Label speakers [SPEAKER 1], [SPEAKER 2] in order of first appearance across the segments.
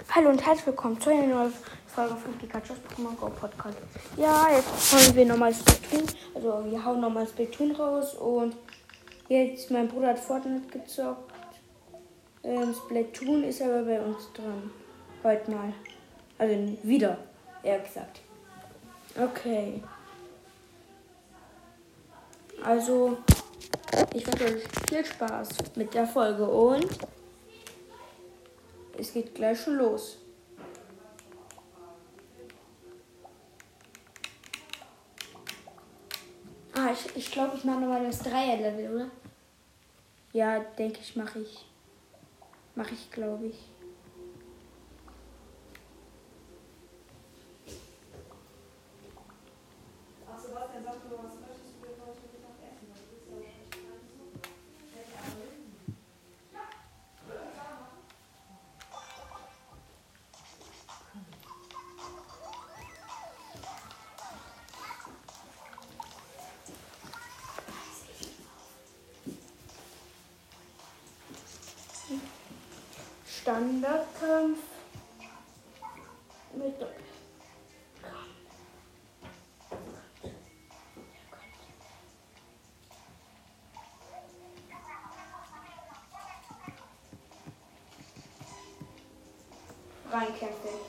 [SPEAKER 1] Hallo und herzlich willkommen zu einer neuen Folge von Pikachu's Pokémon Go Podcast. Ja, jetzt wollen wir nochmal Splatoon, also wir hauen nochmal Splatoon raus und jetzt, mein Bruder hat Fortnite gezockt. Splatoon ist aber bei uns dran. Heute mal. Also wieder, eher gesagt. Okay. Also, ich wünsche euch viel Spaß mit der Folge und es geht gleich schon los. Ich glaube, ich mache nochmal das Dreier-Level, oder? Ja, denke ich, mache ich. Mache ich, glaube ich.
[SPEAKER 2] Ach, Sebastian, sag mir, was möchtest du denn heute Mittag essen? Du bist ja wahrscheinlich gar nicht so.
[SPEAKER 1] Standardkampf mit reinkämpfen.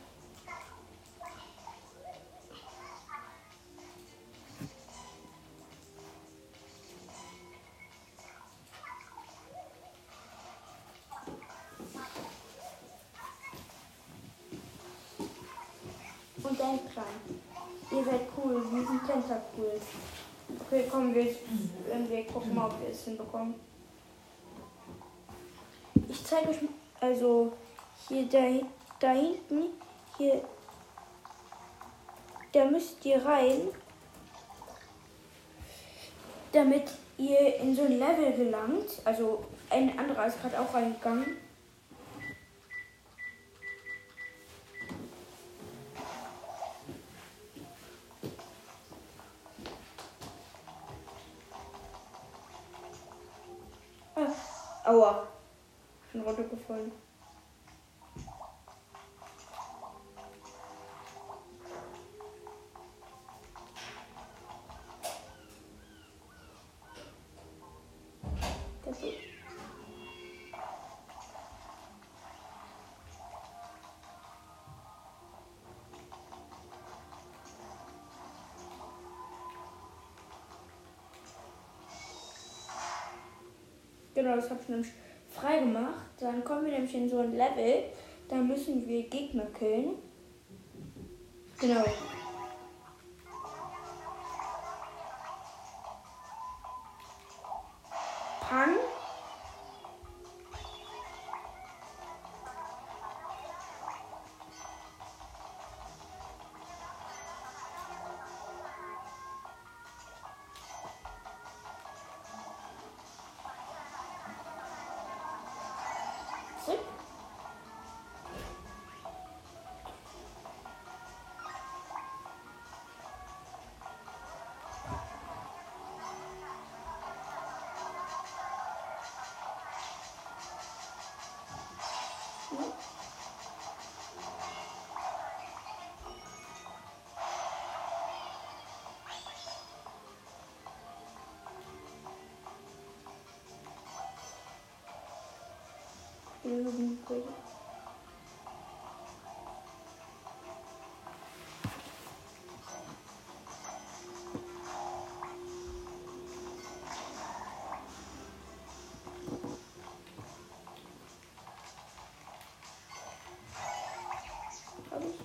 [SPEAKER 1] Und ein Klein. Ihr seid cool, wir sind cool. Okay, komm, wir gucken mal, ob wir es hinbekommen. Ich zeige euch, also hier da hinten, hier, da müsst ihr rein, damit ihr in so ein Level gelangt. Also ein anderer ist gerade auch reingegangen. Aua, ich bin runtergefallen. Das ist genau, das habe ich nämlich frei gemacht. Dann kommen wir nämlich in so ein Level. Da müssen wir Gegner killen. Genau. Pang. Zick. Hab ich.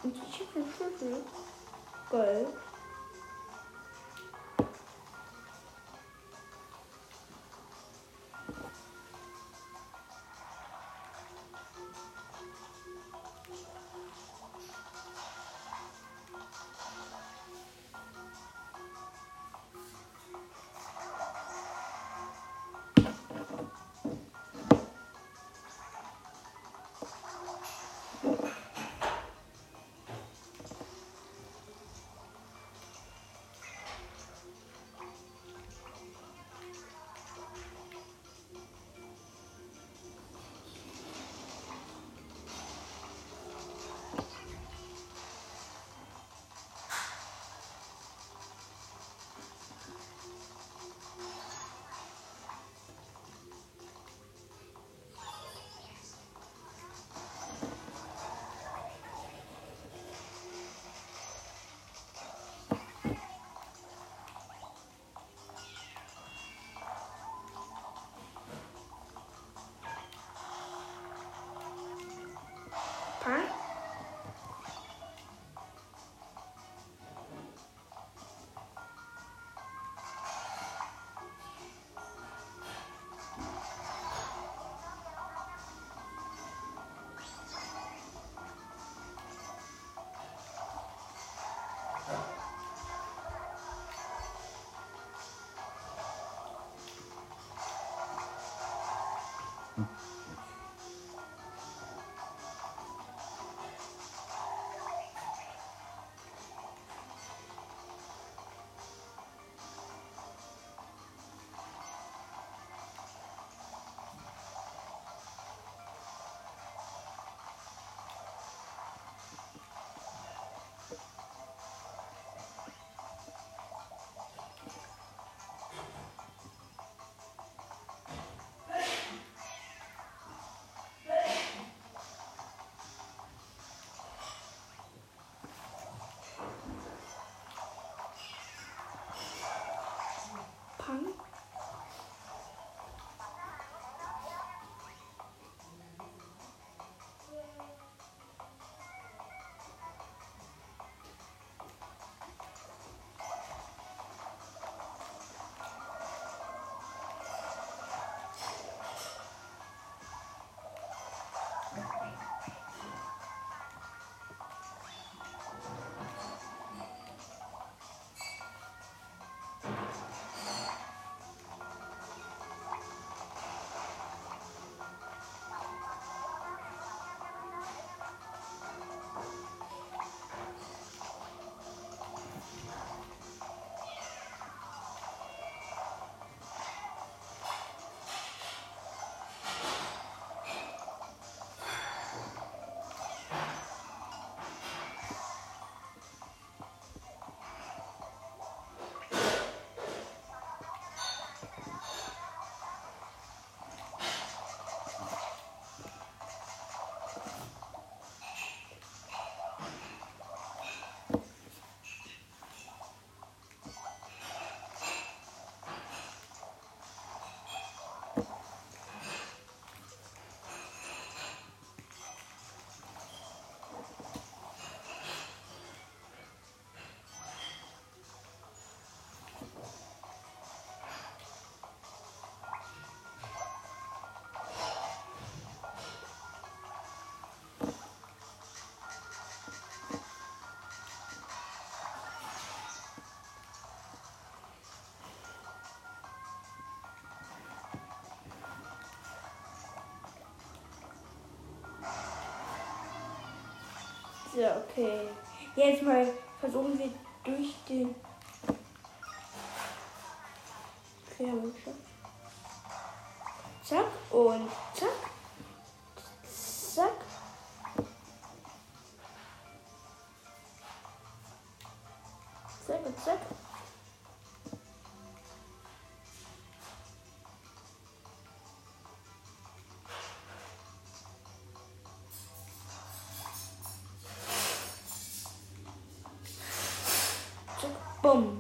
[SPEAKER 1] Und ich habe einen Schlüssel. Geil. Pang. Pang. So, okay. Jetzt mal versuchen wir durch den Querwünsche. Zack und zack. Zack. Zack und zack. Zack. Bumm.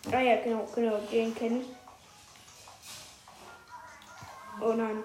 [SPEAKER 1] Ah ja, genau, den kenne ich. Oh nein.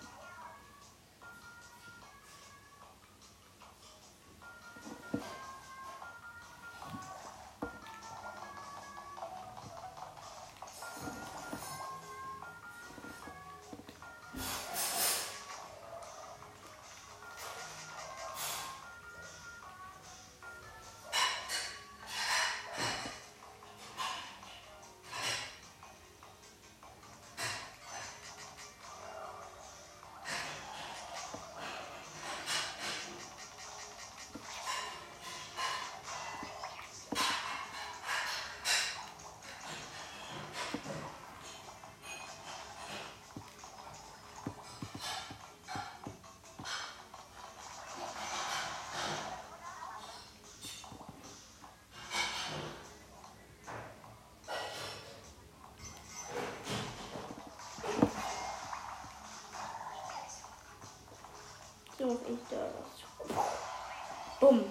[SPEAKER 1] So mach ich das. Bumm.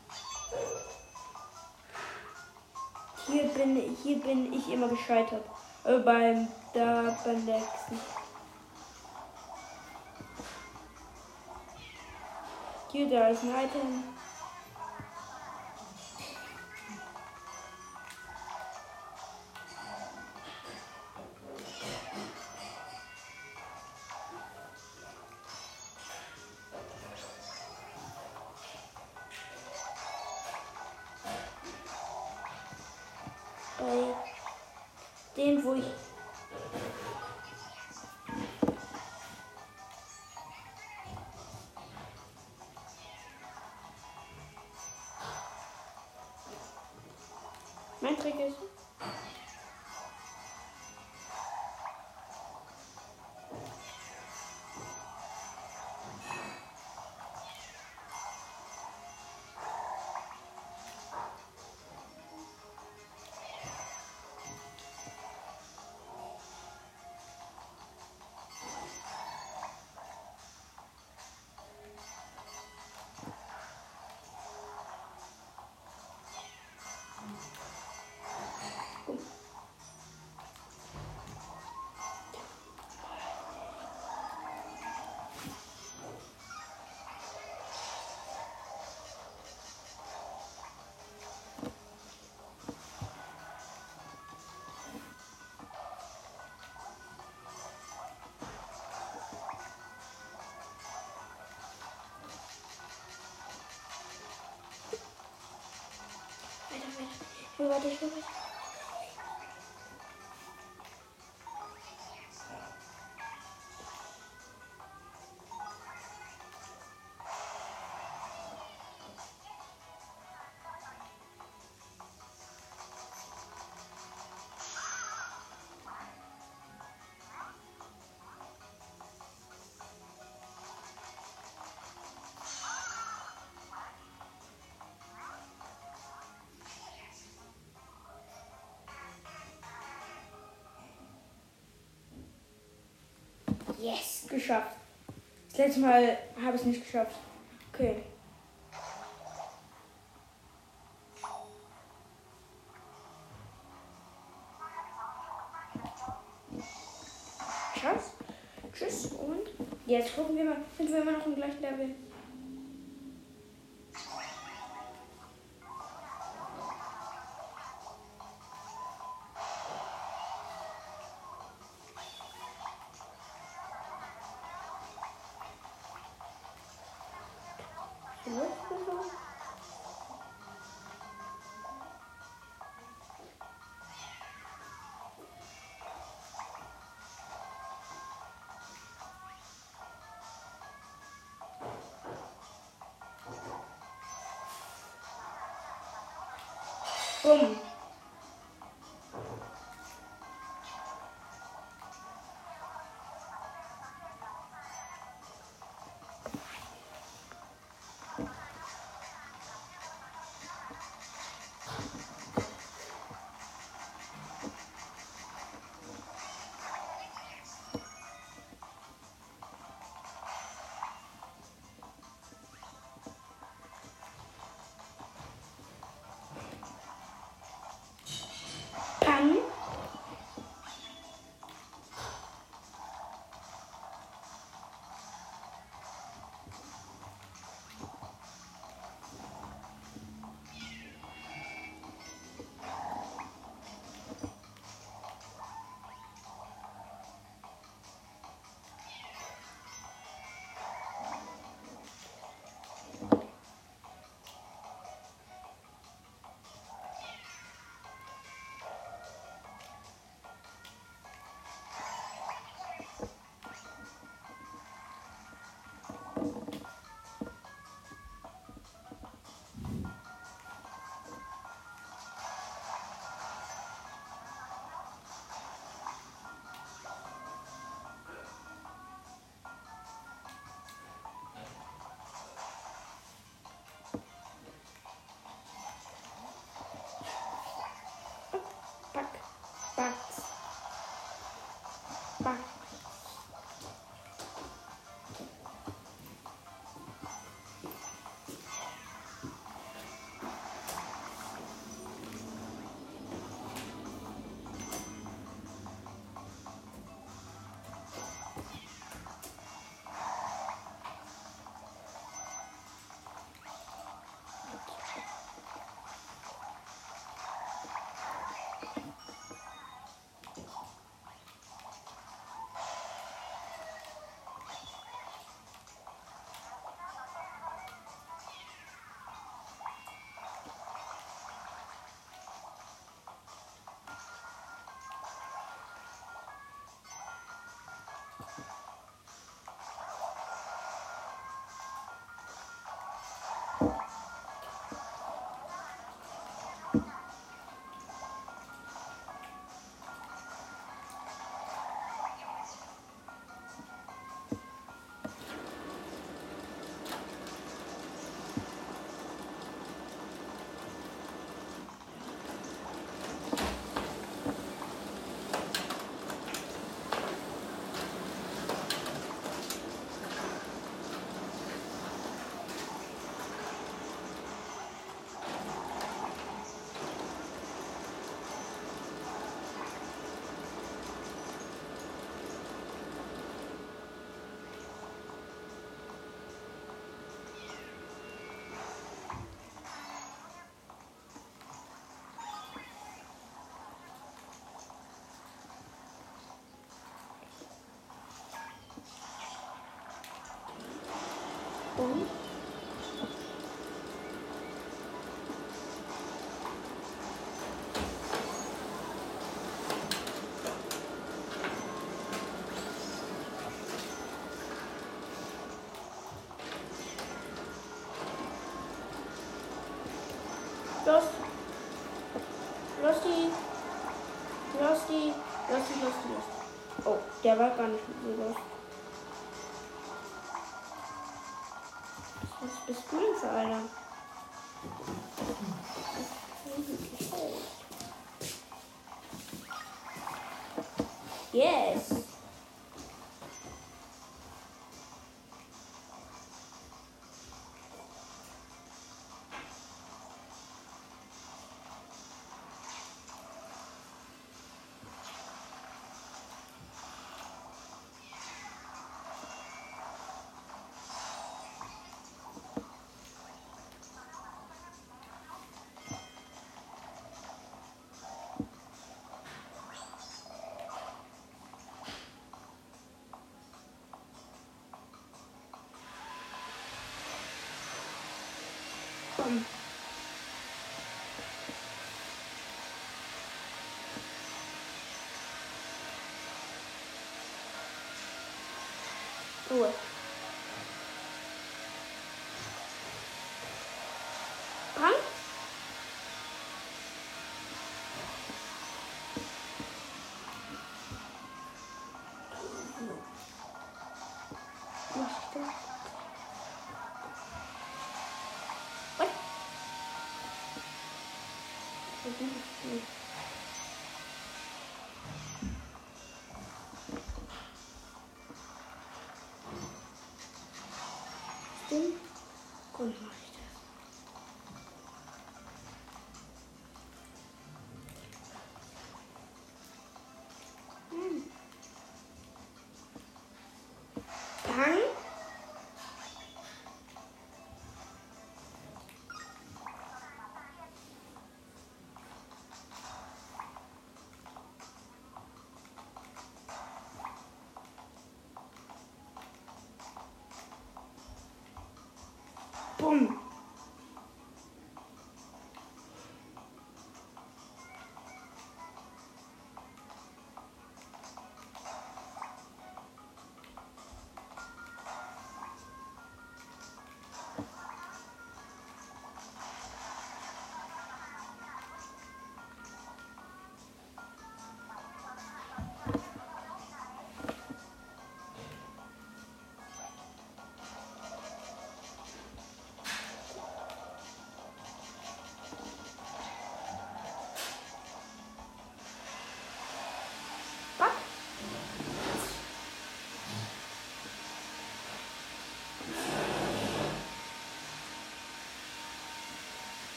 [SPEAKER 1] Hier bin ich immer gescheitert. Beim Lexen. Hier, da ist ein Item. Bei den, wo ich. Mein Trick ist. Warte, ich will weiter. Yes, geschafft. Das letzte Mal habe ich es nicht geschafft. Okay. Tschüss. Tschüss und jetzt gucken wir mal, sind wir immer noch im gleichen Level? Bumm. Bang. Und? Los! Los die! Los die! Los die, los die, los die. Oh, der war gar nicht so los. Was bist du denn für einer? Yes! Komm. Ruhe. Komm. Was ist das? Was? Stimmt. Gut, mach ich das. Pang. Bumm.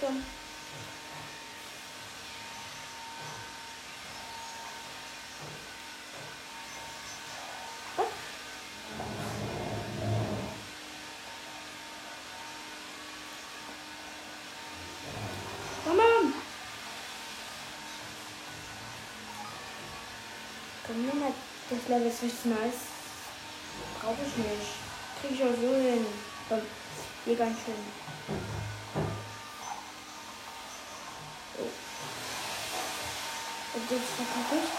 [SPEAKER 1] Scheiße. Was? Mama! Komm, nimm mal das Level ist richtig nice. Brauche ich nicht. Krieg ich auch so hin. Komm, hier ganz schön. Oh. Und jetzt verkacke ich.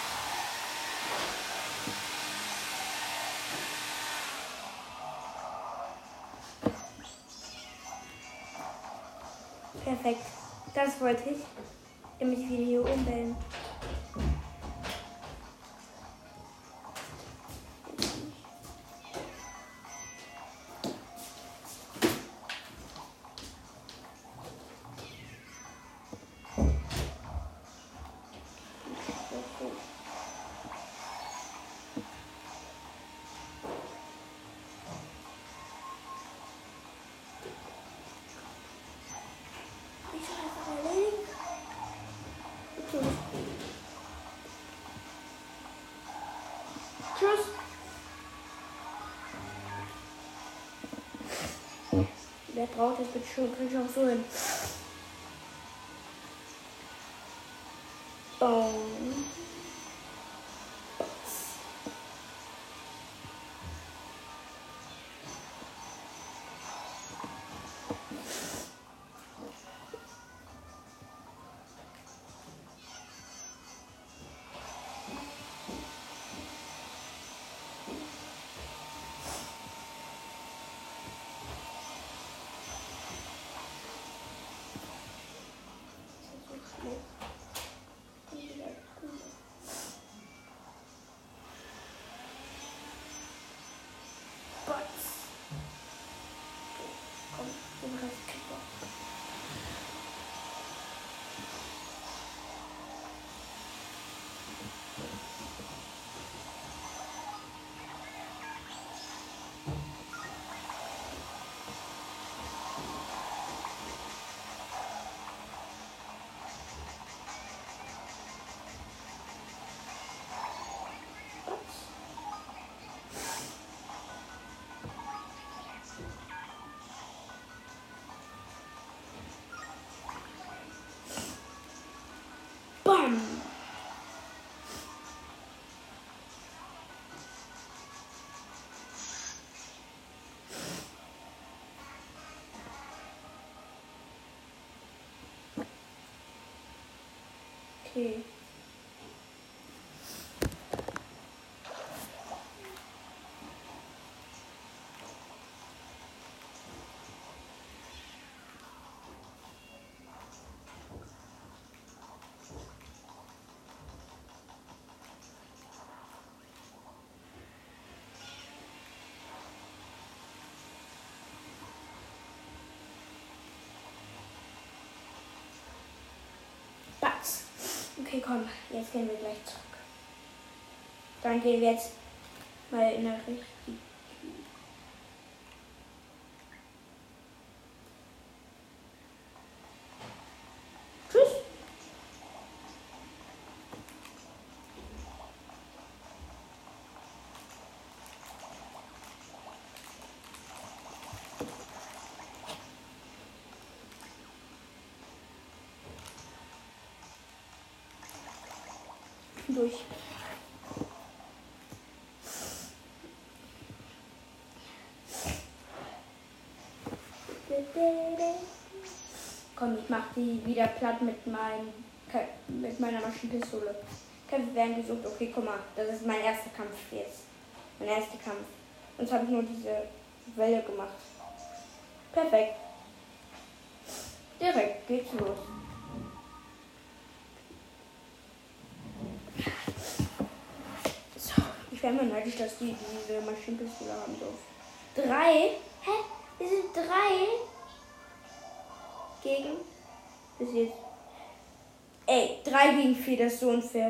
[SPEAKER 1] Perfekt. Das wollte ich. Damit ich wieder hier oben bin. Tschüss. Wer braucht das bitte schon? Krieg ich auch so hin. Boom. Bam! Okay. Batz. Okay, komm, jetzt gehen wir gleich zurück. Dann gehen wir jetzt mal in der richtigen. Tschüss. Durch. Komm, ich mach die wieder platt mit meiner Maschinenpistole. Kämpfe werden gesucht. Okay, guck mal, das ist mein erster Kampf jetzt. Mein erster Kampf. Und jetzt habe ich nur diese Welle gemacht. Perfekt. Direkt geht's los. So, ich wäre mal neidisch, dass die diese Maschinenpistole haben dürfen. 3? Hä? Wir sind 3 gegen. Bis jetzt. Ey, 3 gegen 4, das ist so unfair.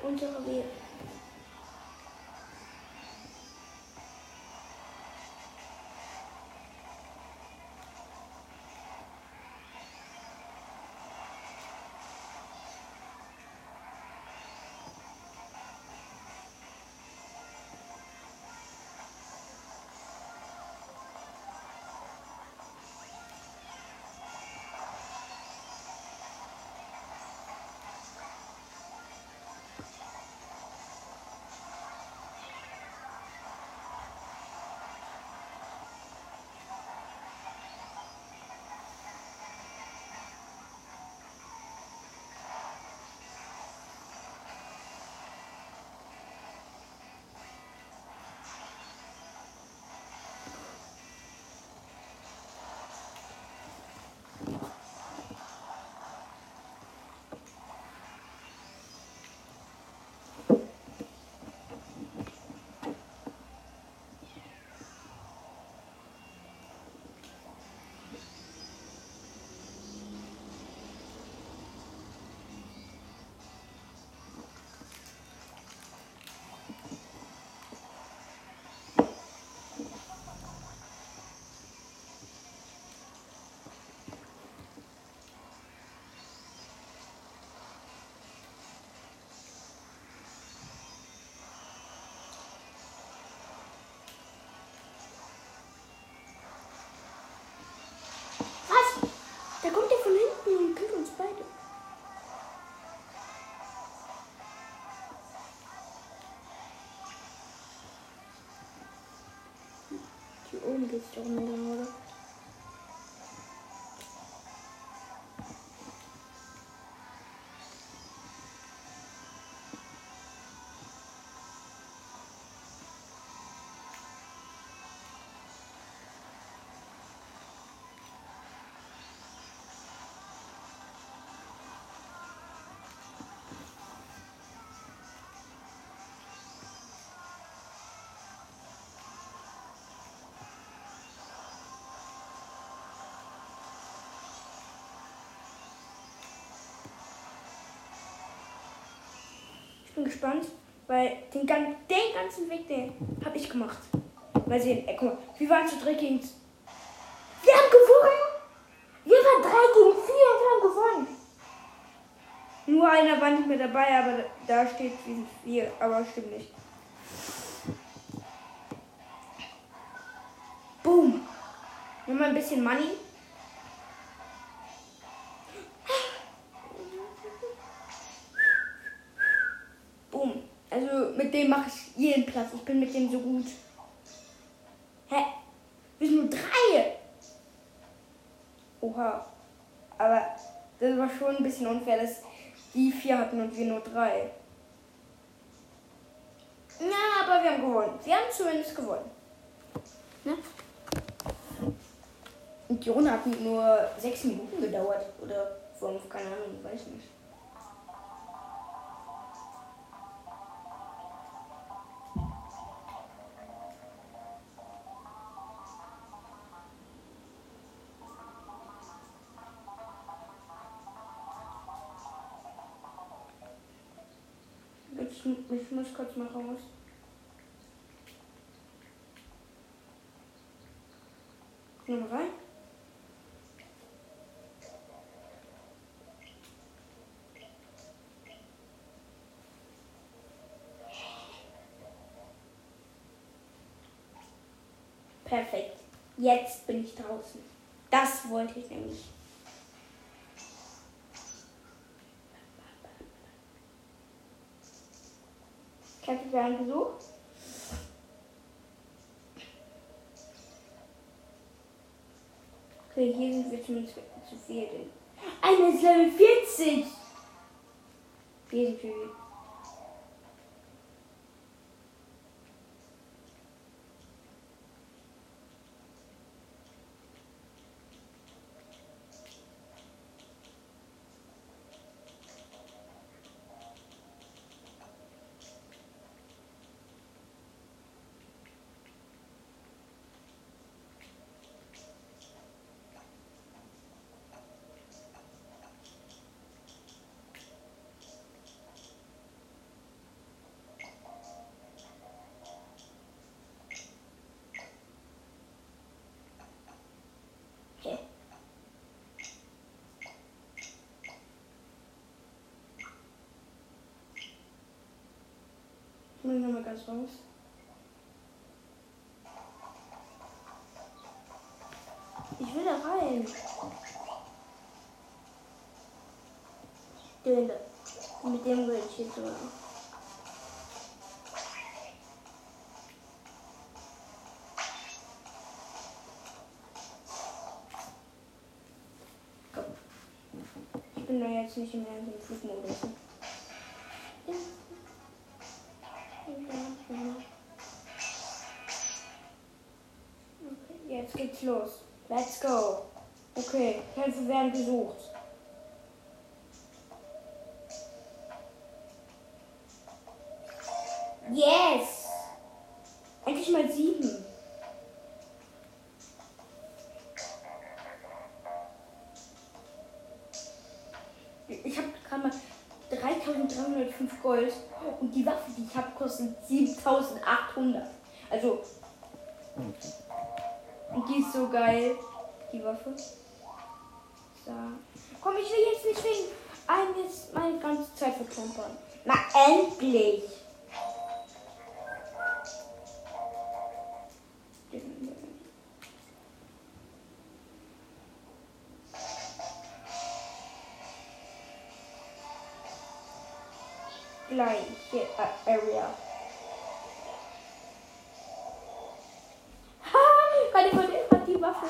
[SPEAKER 1] unsere Wege. Was? Da kommt der von hinten und killt uns beide. Hier oben geht's doch nicht lang, oder? Ich bin gespannt, weil den ganzen Weg, den habe ich gemacht. Mal sehen, guck mal, wir waren zu 3 gegen... Wir haben gewonnen! Wir waren 3 gegen 4 und haben gewonnen. Nur einer war nicht mehr dabei, aber da steht, wir sind 4, aber stimmt nicht. Boom! Nimm mal ein bisschen Money. Boom. Also mit dem mache ich jeden Platz. Ich bin mit dem so gut. Hä? Wir sind nur 3. Oha. Aber das war schon ein bisschen unfair, dass die 4 hatten und wir nur 3. Ja, aber wir haben gewonnen. Wir haben zumindest gewonnen. Ne? Und die Runde hat nur 6 Minuten gedauert. Oder 5, keine Ahnung, ich weiß nicht. Ich muss kurz mal raus. Komm mal rein. Perfekt. Jetzt bin ich draußen. Das wollte ich nämlich. Ich habe wieder einen Besuch. Okay, hier sind wir zumindest zu viel. Einer ist Level 40. Wir sind viel. Nur nochmal ganz raus. Ich will da rein. Mit dem will ich jetzt sogar. Komm. Ich bin doch jetzt nicht mehr im Flugmodus. Okay, jetzt geht's los. Let's go. Okay, Kämpfe werden gesucht. Yes! Endlich mal 7. Ich habe gerade mal 3.305 Gold und die Waffe, die ich habe, kostet 7.800. Also, und die ist so geil, die Waffe. So. Komm, ich will jetzt nicht wegen jetzt meine ganze Zeit verklumpern. Na, endlich! Gleiche Area. Ha! Gerade von dem hat die Waffe.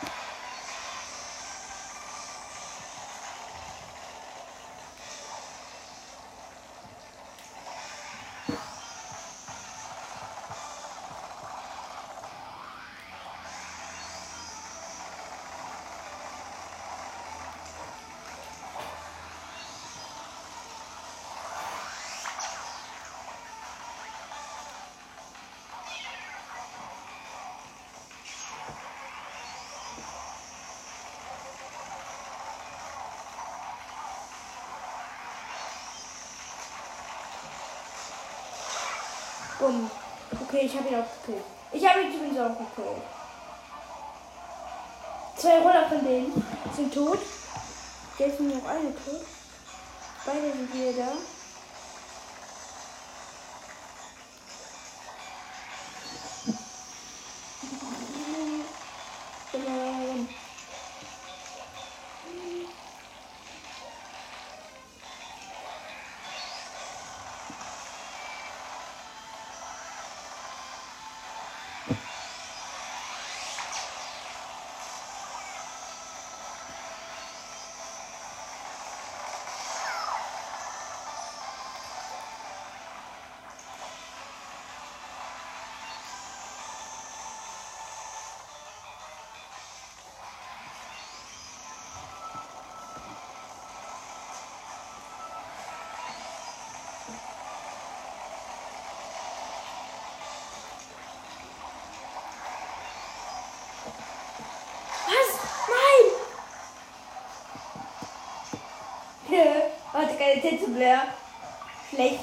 [SPEAKER 1] Bumm. Okay, ich habe ihn auch gekillt. Ich habe ihn übrigens auch gekillt. 2 Roller von denen sind tot. Jetzt sind noch eine tot. Beide sind wieder da. Hatte keine Tänze mehr. Schlecht.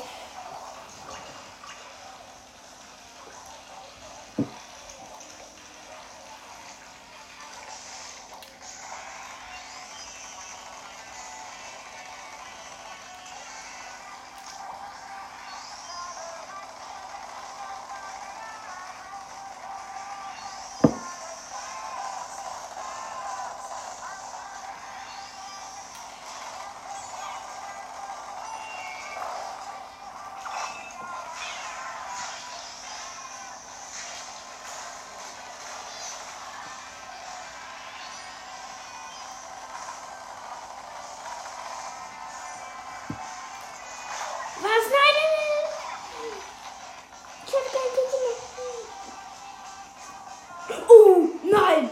[SPEAKER 1] Was? Nein, nein, nein. Ich hab keine Tänze mehr. Oh, nein.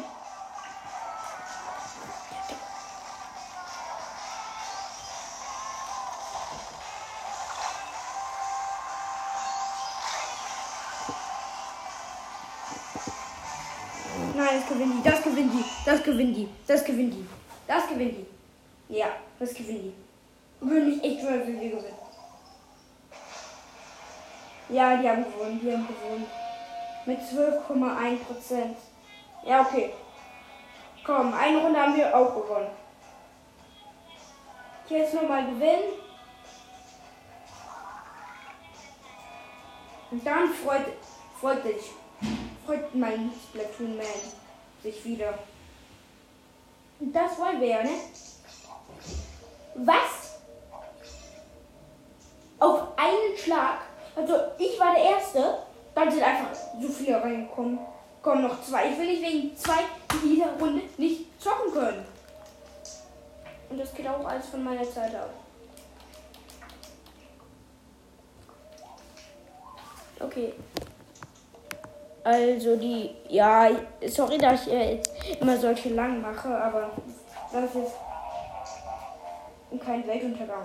[SPEAKER 1] Nein, das gewinnen die, das gewinnen die, das gewinnen die, das gewinnen die, das gewinnen die. Ja, das gewinnen die. Würde mich echt freuen, wenn wir gewinnen. Ja, die haben gewonnen, Mit 12,1%. Ja, okay. Komm, eine Runde haben wir auch gewonnen. Jetzt nochmal gewinnen. Und dann freut mein Splatoon-Man sich wieder. Und das wollen wir ja, ne? Was? Auf einen Schlag. Also ich war der Erste. Dann sind einfach so viele reingekommen. Kommen noch 2. Ich will nicht wegen 2 in dieser Runde nicht zocken können. Und das geht auch alles von meiner Zeit ab. Okay. Also ja, sorry, dass ich jetzt immer solche lang mache, aber das ist kein Weltuntergang.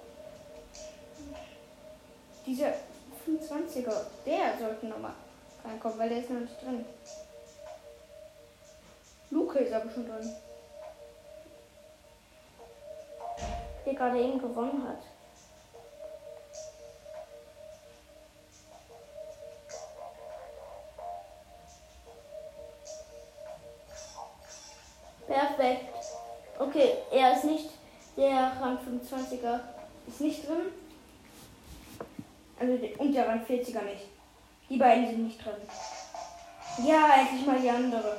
[SPEAKER 1] Dieser 25er, der sollte nochmal reinkommen, weil der ist noch nicht drin. Luke ist aber schon drin. Der gerade eben gewonnen hat. Perfekt. Okay, er ist nicht, der Rang 25er ist nicht drin. Also und der Rang 40er nicht. Die beiden sind nicht drin. Ja, endlich mal die andere.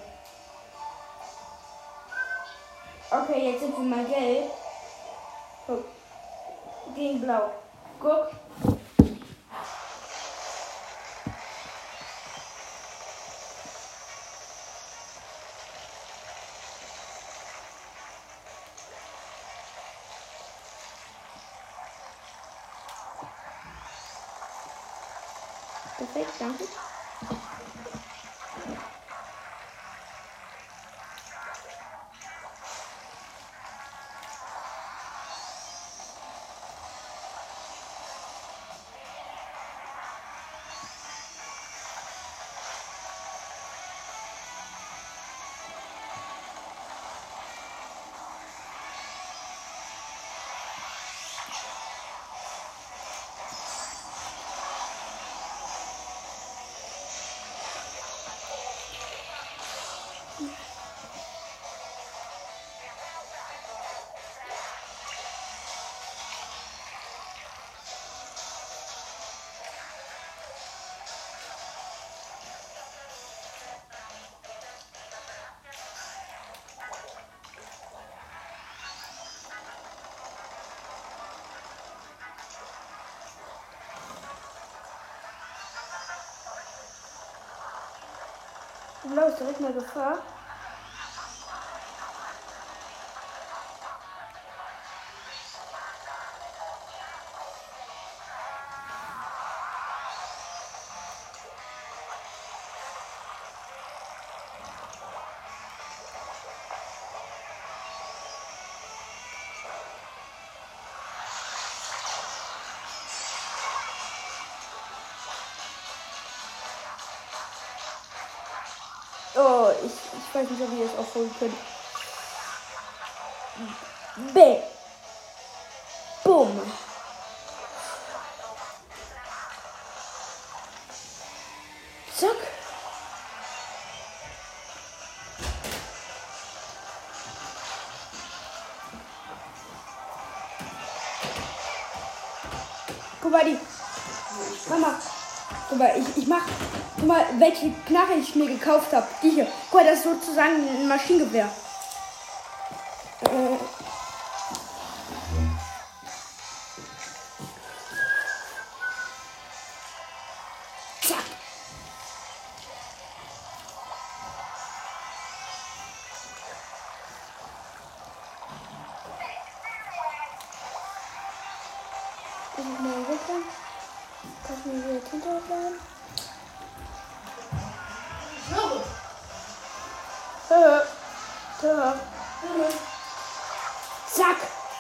[SPEAKER 1] Okay, jetzt sind wir mal gelb. Guck. Gegen blau. Guck. Perfekt, danke. Blau ist direkt mal Gefahr. Oh, ich weiß nicht, ob ihr das aufholen könnt. B. Boom. Zack. Guck mal, die. Mama. Guck mal, ich mach. Guck mal, welche Knarre ich mir gekauft habe. Die hier. Guck mal, das ist sozusagen ein Maschinengewehr. Zack. Ich muss mal wegrennen. Kann ich mir wieder hinterher. Zack.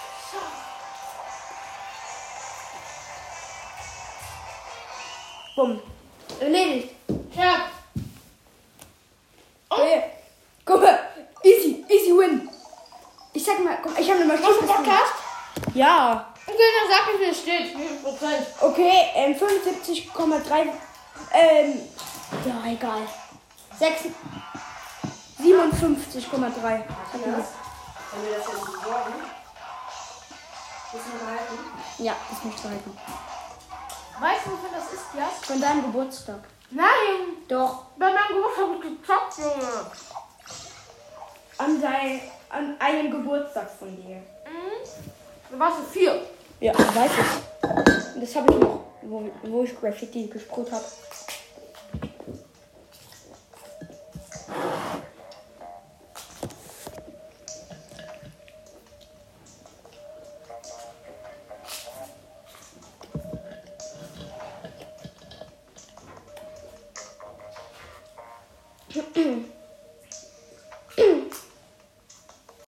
[SPEAKER 1] Bumm. Erledigt.
[SPEAKER 2] Ja.
[SPEAKER 1] Okay. Guck mal. Easy win. Ich sag mal, guck, ich habe eine Maschine.
[SPEAKER 2] Hast du Podcast?
[SPEAKER 1] Ja.
[SPEAKER 2] Okay, dann sag ich, wie es steht. Wie viel Prozent?
[SPEAKER 1] Okay, 75,3. Ja, egal. 57,3.
[SPEAKER 2] Wenn wir das jetzt besorgen, müssen wir behalten.
[SPEAKER 1] Ja, das möchte ich halten.
[SPEAKER 2] Weißt du, wofür das ist, ja?
[SPEAKER 1] Von deinem Geburtstag.
[SPEAKER 2] Nein!
[SPEAKER 1] Doch.
[SPEAKER 2] Bei meinem Geburtstag habe ich gezockt, Junge.
[SPEAKER 1] An einem Geburtstag von dir.
[SPEAKER 2] Da warst du 4.
[SPEAKER 1] Ja, weiß ich. Das habe ich noch, wo ich Graffiti gesprüht habe.